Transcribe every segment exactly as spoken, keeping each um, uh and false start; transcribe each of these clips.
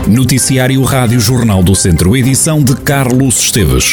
Noticiário Rádio Jornal do Centro, edição de Carlos Esteves.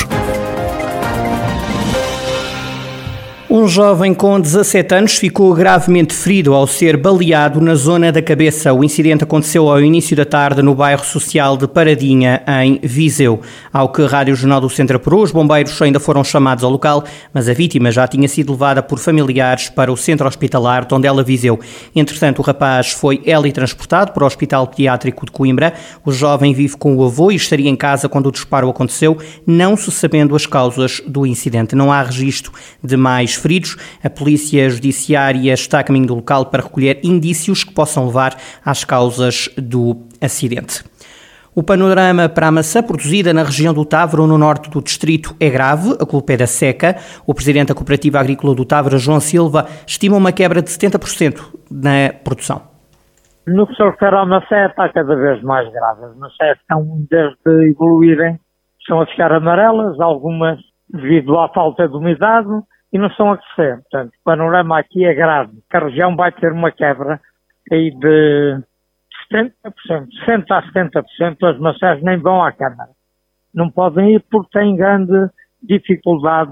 Um jovem com dezassete anos ficou gravemente ferido ao ser baleado na zona da cabeça. O incidente aconteceu ao início da tarde no bairro social de Paradinha, em Viseu. Ao que a Rádio Jornal do Centro apurou, os bombeiros ainda foram chamados ao local, mas a vítima já tinha sido levada por familiares para o centro hospitalar Tondela Viseu. Entretanto, o rapaz foi heli-transportado para o Hospital Pediátrico de Coimbra. O jovem vive com o avô e estaria em casa quando o disparo aconteceu, não se sabendo as causas do incidente. Não há registro de mais feridos. A Polícia Judiciária está a caminho do local para recolher indícios que possam levar às causas do acidente. O panorama para a maçã produzida na região do Távora, no norte do distrito, é grave. A culpa é da seca. O presidente da Cooperativa Agrícola do Távora, João Silva, estima uma quebra de setenta por cento na produção. No que se refere à maçã, está cada vez mais grave. As maçãs estão, desde evoluírem, estão a ficar amarelas, algumas devido à falta de umidade, e não estão a crescer. Portanto, o panorama aqui é grave. A região vai ter uma quebra aí de setenta por cento, sessenta a setenta por cento das maçãs nem vão à Câmara. Não podem ir porque têm grande dificuldade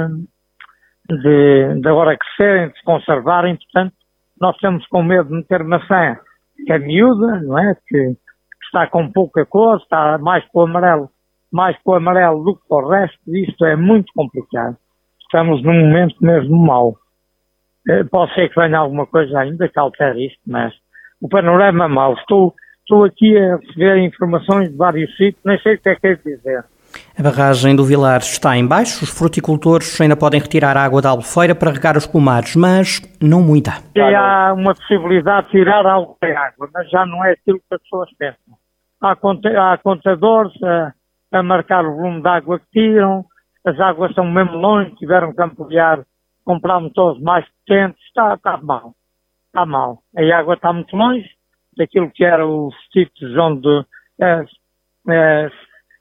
de, de, de agora crescerem, de se conservarem. Portanto, nós estamos com medo de meter maçã que é miúda, não é? Que, que está com pouca cor, está mais para o amarelo, mais para o amarelo do que para o resto. Isto é muito complicado. Estamos num momento mesmo mau. Pode ser que venha alguma coisa ainda que altere isto, mas o panorama é mau. Estou, estou aqui a receber informações de vários sítios, nem sei o que é que é dizer. A barragem do Vilar está em baixo. Os fruticultores ainda podem retirar a água da Albufeira para regar os pomares, mas não muita. E há uma possibilidade de tirar algo da água, mas já não é aquilo que as pessoas pensam. Há, há contadores a, a marcar o volume de água que tiram. As águas estão mesmo longe, tiveram que ampliar, comprar motores mais potentes, está, está mal, está mal. A água está muito longe daquilo que eram os sítios onde as, as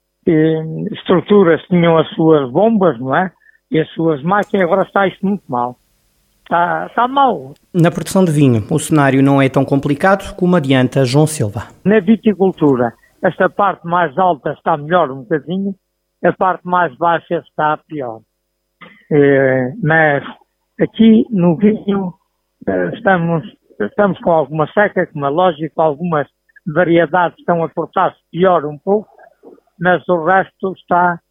estruturas tinham as suas bombas, não é? E as suas máquinas, agora está isto muito mal. Está, está mal. Na produção de vinho, o cenário não é tão complicado como adianta João Silva. Na viticultura, esta parte mais alta está melhor um bocadinho, a parte mais baixa está pior. É, mas aqui no vinho estamos, estamos com alguma seca, como é lógico, algumas variedades estão a portar-se pior um pouco, mas o resto está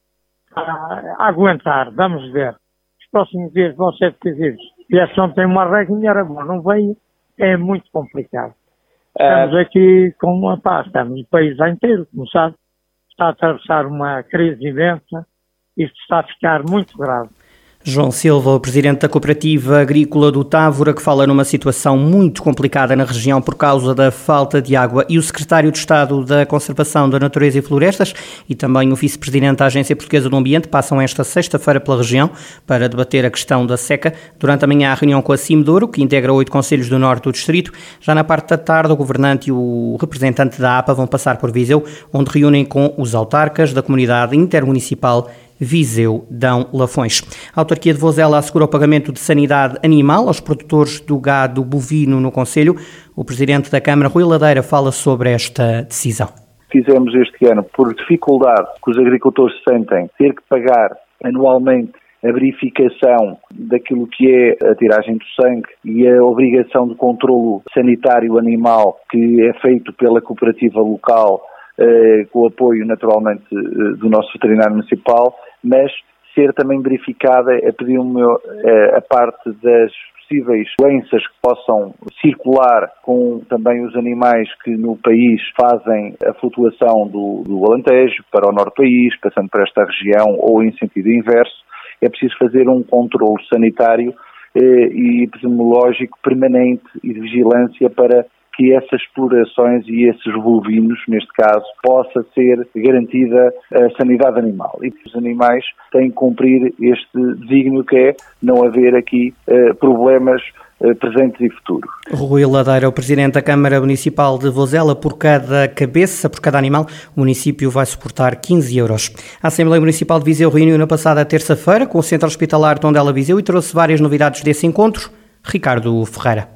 a, a aguentar. Vamos ver. Os próximos dias vão ser decisivos. E essa não tem uma reguinha, era bom, não veio, é muito complicado. Estamos aqui com uma paz, estamos no país inteiro, como sabe. Está a atravessar uma crise imensa, isto está a ficar muito grave. João Silva, o presidente da Cooperativa Agrícola do Távora, que fala numa situação muito complicada na região por causa da falta de água, e o secretário de Estado da Conservação da Natureza e Florestas e também o vice-presidente da Agência Portuguesa do Ambiente passam esta sexta-feira pela região para debater a questão da seca. Durante a manhã, a reunião com a Cimedouro, que integra oito concelhos do norte do distrito. Já na parte da tarde, o governante e o representante da A P A vão passar por Viseu, onde reúnem com os autarcas da comunidade intermunicipal Viseu Dão Lafões. A autarquia de Vozela assegura o pagamento de sanidade animal aos produtores do gado bovino no concelho. O presidente da Câmara, Rui Ladeira, fala sobre esta decisão. Fizemos este ano, por dificuldade que os agricultores sentem, ter que pagar anualmente a verificação daquilo que é a tiragem do sangue e a obrigação de controlo sanitário animal que é feito pela cooperativa local, eh, com o apoio naturalmente eh, do nosso veterinário municipal, mas ser também verificada a pedir uma, a parte das possíveis doenças que possam circular com também os animais que no país fazem a flutuação do, do Alentejo para o norte do país, passando por esta região ou em sentido inverso. É preciso fazer um controle sanitário eh, e epidemiológico permanente e de vigilância para que essas explorações e esses bovinos, neste caso, possa ser garantida a sanidade animal. E os animais têm que cumprir este desígnio que é não haver aqui uh, problemas uh, presentes e futuros. Rui Ladeira, o presidente da Câmara Municipal de Vozela, por cada cabeça, por cada animal, o município vai suportar quinze euros. A Assembleia Municipal de Viseu reuniu na passada terça-feira com o Centro Hospitalar Tondela Viseu e trouxe várias novidades desse encontro. Ricardo Ferreira.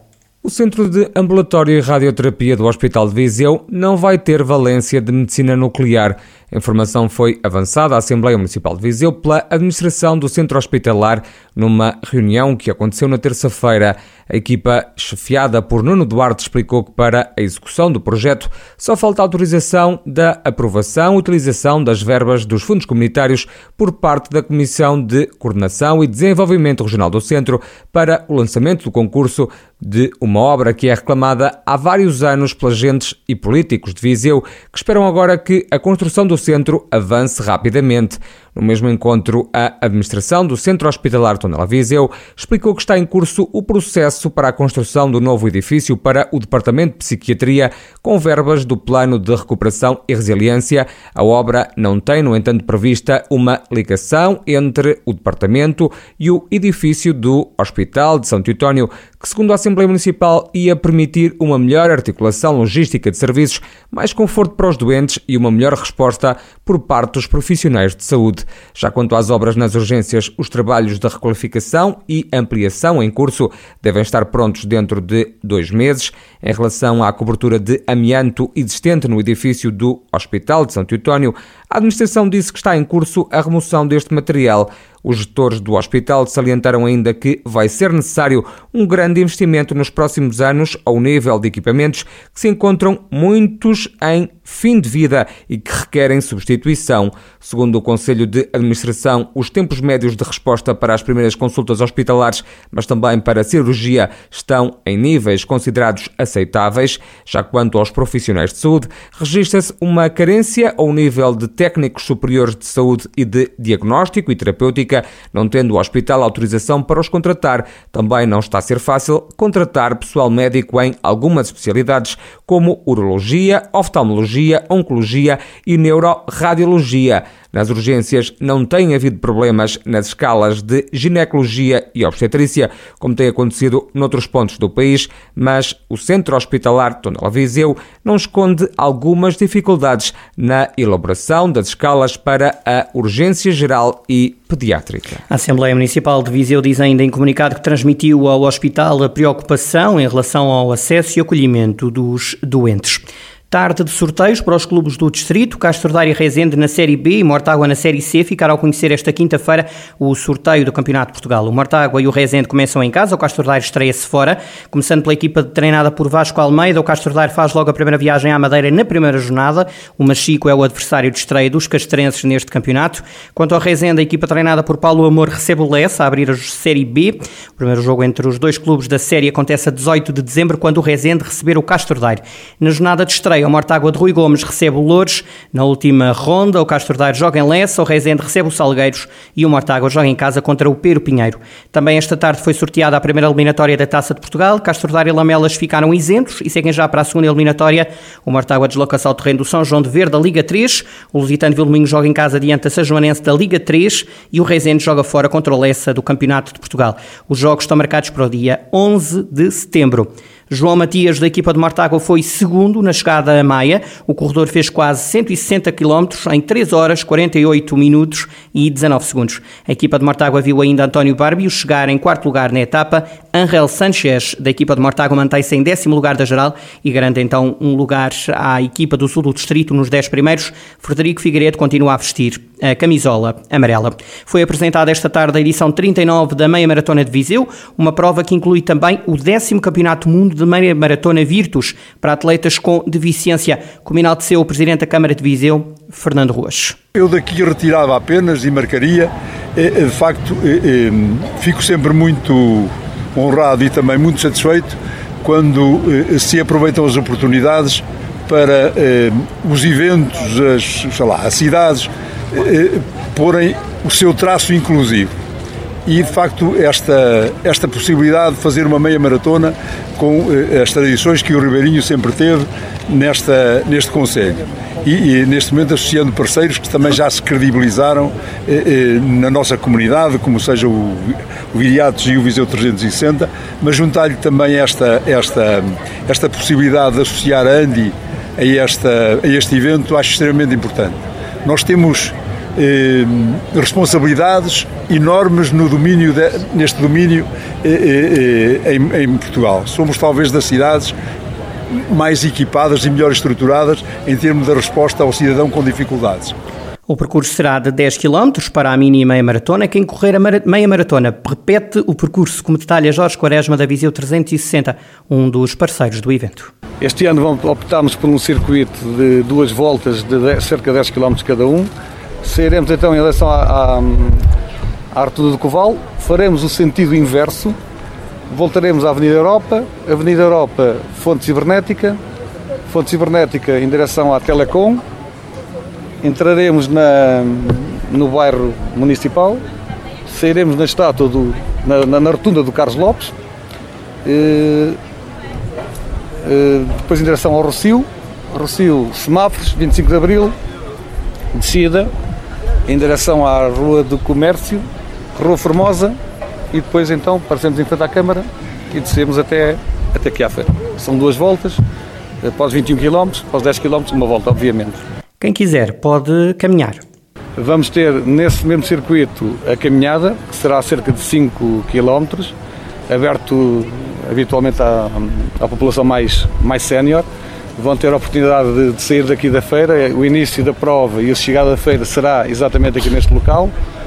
O Centro de Ambulatório e Radioterapia do Hospital de Viseu não vai ter valência de medicina nuclear. A informação foi avançada à Assembleia Municipal de Viseu pela administração do centro hospitalar numa reunião que aconteceu na terça-feira. A equipa, chefiada por Nuno Duarte, explicou que para a execução do projeto só falta a autorização da aprovação e utilização das verbas dos fundos comunitários por parte da Comissão de Coordenação e Desenvolvimento Regional do Centro para o lançamento do concurso de uma obra que é reclamada há vários anos pelas agentes e políticos de Viseu, que esperam agora que a construção do centro avance rapidamente. No mesmo encontro, a administração do Centro Hospitalar Tondela Viseu explicou que está em curso o processo para a construção do novo edifício para o Departamento de Psiquiatria, com verbas do Plano de Recuperação e Resiliência. A obra não tem, no entanto, prevista uma ligação entre o departamento e o edifício do Hospital de São Teutónio, que, segundo a Assembleia Municipal, ia permitir uma melhor articulação logística de serviços, mais conforto para os doentes e uma melhor resposta por parte dos profissionais de saúde. Já quanto às obras nas urgências, os trabalhos de requalificação e ampliação em curso devem estar prontos dentro de dois meses. Em relação à cobertura de amianto existente no edifício do Hospital de São Teutónio, a administração disse que está em curso a remoção deste material. Os gestores do hospital salientaram ainda que vai ser necessário um grande investimento nos próximos anos ao nível de equipamentos que se encontram muitos em fim de vida e que requerem substituição. Segundo o Conselho de Administração, os tempos médios de resposta para as primeiras consultas hospitalares, mas também para a cirurgia, estão em níveis considerados aceitáveis. Já quanto aos profissionais de saúde, registra-se uma carência ao nível de técnicos superiores de saúde e de diagnóstico e terapêutica, não tendo o hospital autorização para os contratar. Também não está a ser fácil contratar pessoal médico em algumas especialidades, como urologia, oftalmologia, oncologia e neuroradiologia. Nas urgências não tem havido problemas nas escalas de ginecologia e obstetrícia, como tem acontecido noutros pontos do país, mas o Centro Hospitalar Tondela Viseu não esconde algumas dificuldades na elaboração das escalas para a urgência geral e pediátrica. A Assembleia Municipal de Viseu diz ainda em comunicado que transmitiu ao hospital a preocupação em relação ao acesso e acolhimento dos doentes. Tarde de sorteios para os clubes do Distrito. Castro Daire e Rezende na Série B e Mortágua na Série C ficaram a conhecer esta quinta-feira o sorteio do Campeonato de Portugal. O Mortágua e o Rezende começam em casa, o Castro Daire estreia-se fora, começando pela equipa treinada por Vasco Almeida. O Castro Daire faz logo a primeira viagem à Madeira na primeira jornada. O Machico é o adversário de estreia dos castrenses neste campeonato. Quanto ao Rezende, a equipa treinada por Paulo Amor recebe o Lessa a abrir a Série B. O primeiro jogo entre os dois clubes da série acontece a dezoito de dezembro, quando o Rezende receber o Castro Daire. Na jornada de estreia, o Mortágua de Rui Gomes recebe o Loures. Na última ronda, o Castro Daire joga em Lessa, o Rezende recebe o Salgueiros e o Mortágua joga em casa contra o Pero Pinheiro. Também esta tarde foi sorteada a primeira eliminatória da Taça de Portugal. Castro Daire e Lamelas ficaram isentos e seguem já para a segunda eliminatória. O Mortágua desloca-se ao terreno do São João de Verde da Liga três. O Lusitano Vilminho joga em casa diante da Sajoanense da Liga três e o Rezende joga fora contra o Lessa do Campeonato de Portugal. Os jogos estão marcados para o dia onze de setembro. João Matias, da equipa de Mortágua, foi segundo na chegada a Maia. O corredor fez quase cento e sessenta quilómetros em três horas, quarenta e oito minutos e dezanove segundos. A equipa de Mortágua viu ainda António Barbio chegar em quarto lugar na etapa. Angel Sanchez, da equipa de Mortágua, mantém-se em décimo lugar da geral e garante então um lugar à equipa do sul do distrito nos dez primeiros. Frederico Figueiredo continua a vestir a camisola amarela. Foi apresentada esta tarde a edição trinta e nove da Meia Maratona de Viseu, uma prova que inclui também o décimo Campeonato Mundo de Meia Maratona Virtus para atletas com deficiência, como enalteceu o Presidente da Câmara de Viseu, Fernando Ruas. Eu daqui retirava apenas e marcaria, de facto, fico sempre muito honrado e também muito satisfeito quando se aproveitam as oportunidades para os eventos, as, sei lá, as cidades, porem o seu traço inclusivo. E, de facto, esta, esta possibilidade de fazer uma meia maratona com as tradições que o Ribeirinho sempre teve nesta, neste concelho. E, e, neste momento, associando parceiros que também já se credibilizaram eh, eh, na nossa comunidade, como seja o, o Viriatos e o Viseu trezentos e sessenta, mas juntar-lhe também esta, esta, esta possibilidade de associar a Andi a, esta, a este evento, acho extremamente importante. Nós temos Eh, responsabilidades enormes no domínio de, neste domínio eh, eh, em, em Portugal. Somos talvez das cidades mais equipadas e melhor estruturadas em termos da resposta ao cidadão com dificuldades. O percurso será de dez quilómetros para a mini e meia maratona. Quem correr a mara- meia maratona repete o percurso, como detalha Jorge Quaresma da Viseu trezentos e sessenta, um dos parceiros do evento. Este ano optámos por um circuito de duas voltas de dez, cerca de dez quilómetros cada um. Sairemos então em direção à, à, à Artuda do Coval, faremos o sentido inverso, voltaremos à Avenida Europa, Avenida Europa, Fonte Cibernética, Fonte Cibernética em direção à Telecom, entraremos na, no bairro municipal, sairemos na estátua, do, na, na, na rotunda do Carlos Lopes, e, e, depois em direção ao Rossio, Rossio, semáforos, vinte e cinco de Abril, descida, em direção à Rua do Comércio, Rua Formosa, e depois então passamos em frente à Câmara e descemos até, até aqui à feira. São duas voltas, após vinte e um quilómetros, após dez quilómetros, uma volta, obviamente. Quem quiser pode caminhar. Vamos ter nesse mesmo circuito a caminhada, que será cerca de cinco quilómetros, aberto habitualmente à, à população mais, mais sénior. Vão ter a oportunidade de, de sair daqui da feira. O início da prova e a chegada da feira será exatamente aqui neste local.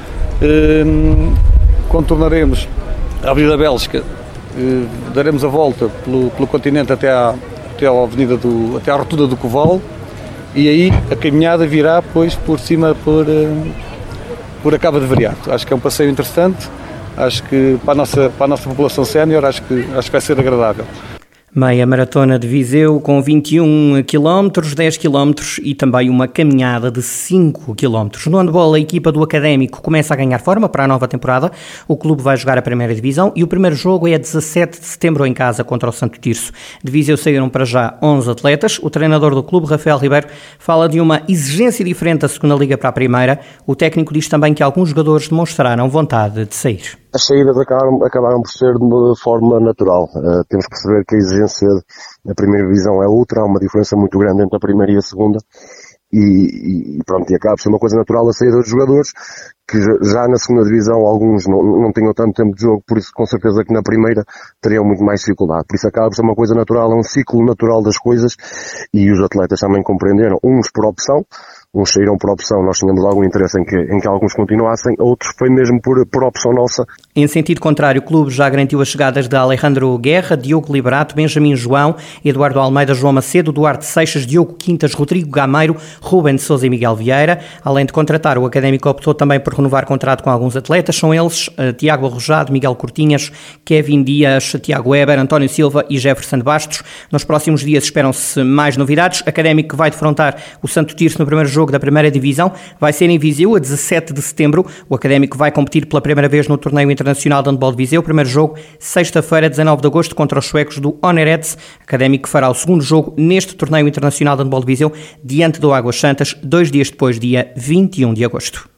Hum, contornaremos a Avenida Bélgica, hum, daremos a volta pelo, pelo continente até à, até à Avenida do, até à Rotunda do Coval. E aí a caminhada virá depois por cima por, por a Cava de Variato. Acho que é um passeio interessante, acho que para a nossa, para a nossa população sénior acho que, acho que vai ser agradável. Meia maratona de Viseu com vinte e um quilómetros, dez quilómetros e também uma caminhada de cinco quilómetros. No handball, a equipa do Académico começa a ganhar forma para a nova temporada. O clube vai jogar a primeira divisão e o primeiro jogo é a dezassete de setembro em casa contra o Santo Tirso. De Viseu saíram para já onze atletas. O treinador do clube, Rafael Ribeiro, fala de uma exigência diferente da segunda liga para a primeira. O técnico diz também que alguns jogadores demonstraram vontade de sair. As saídas acabaram, acabaram por ser de uma forma natural. Uh, temos que perceber que a exigência da primeira divisão é outra, há uma diferença muito grande entre a primeira e a segunda, e, e pronto, e acaba por ser uma coisa natural a saída dos jogadores, que já na segunda divisão alguns não, não tinham tanto tempo de jogo, por isso com certeza que na primeira teriam muito mais dificuldade. Por isso acaba por ser uma coisa natural, é um ciclo natural das coisas, e os atletas também compreenderam, uns por opção, uns saíram por opção, nós tínhamos algum interesse em que, em que alguns continuassem, outros foi mesmo por, por opção nossa. Em sentido contrário, o clube já garantiu as chegadas de Alejandro Guerra, Diogo Liberato, Benjamin João, Eduardo Almeida, João Macedo, Duarte Seixas, Diogo Quintas, Rodrigo Gameiro, Ruben de Sousa e Miguel Vieira. Além de contratar, o Académico optou também por renovar contrato com alguns atletas, são eles uh, Tiago Arrojado, Miguel Cortinhas, Kevin Dias, Tiago Weber, António Silva e Jefferson Bastos. Nos próximos dias esperam-se mais novidades. Académico que vai defrontar o Santo Tirso no primeiro jogo da primeira divisão, vai ser em Viseu a dezassete de setembro. O Académico vai competir pela primeira vez no torneio internacional de handball de Viseu. Primeiro jogo, sexta-feira, dezanove de agosto, contra os suecos do Onerets. Académico fará o segundo jogo neste torneio internacional de handball de Viseu, diante do Águas Santas, dois dias depois, dia vinte e um de agosto.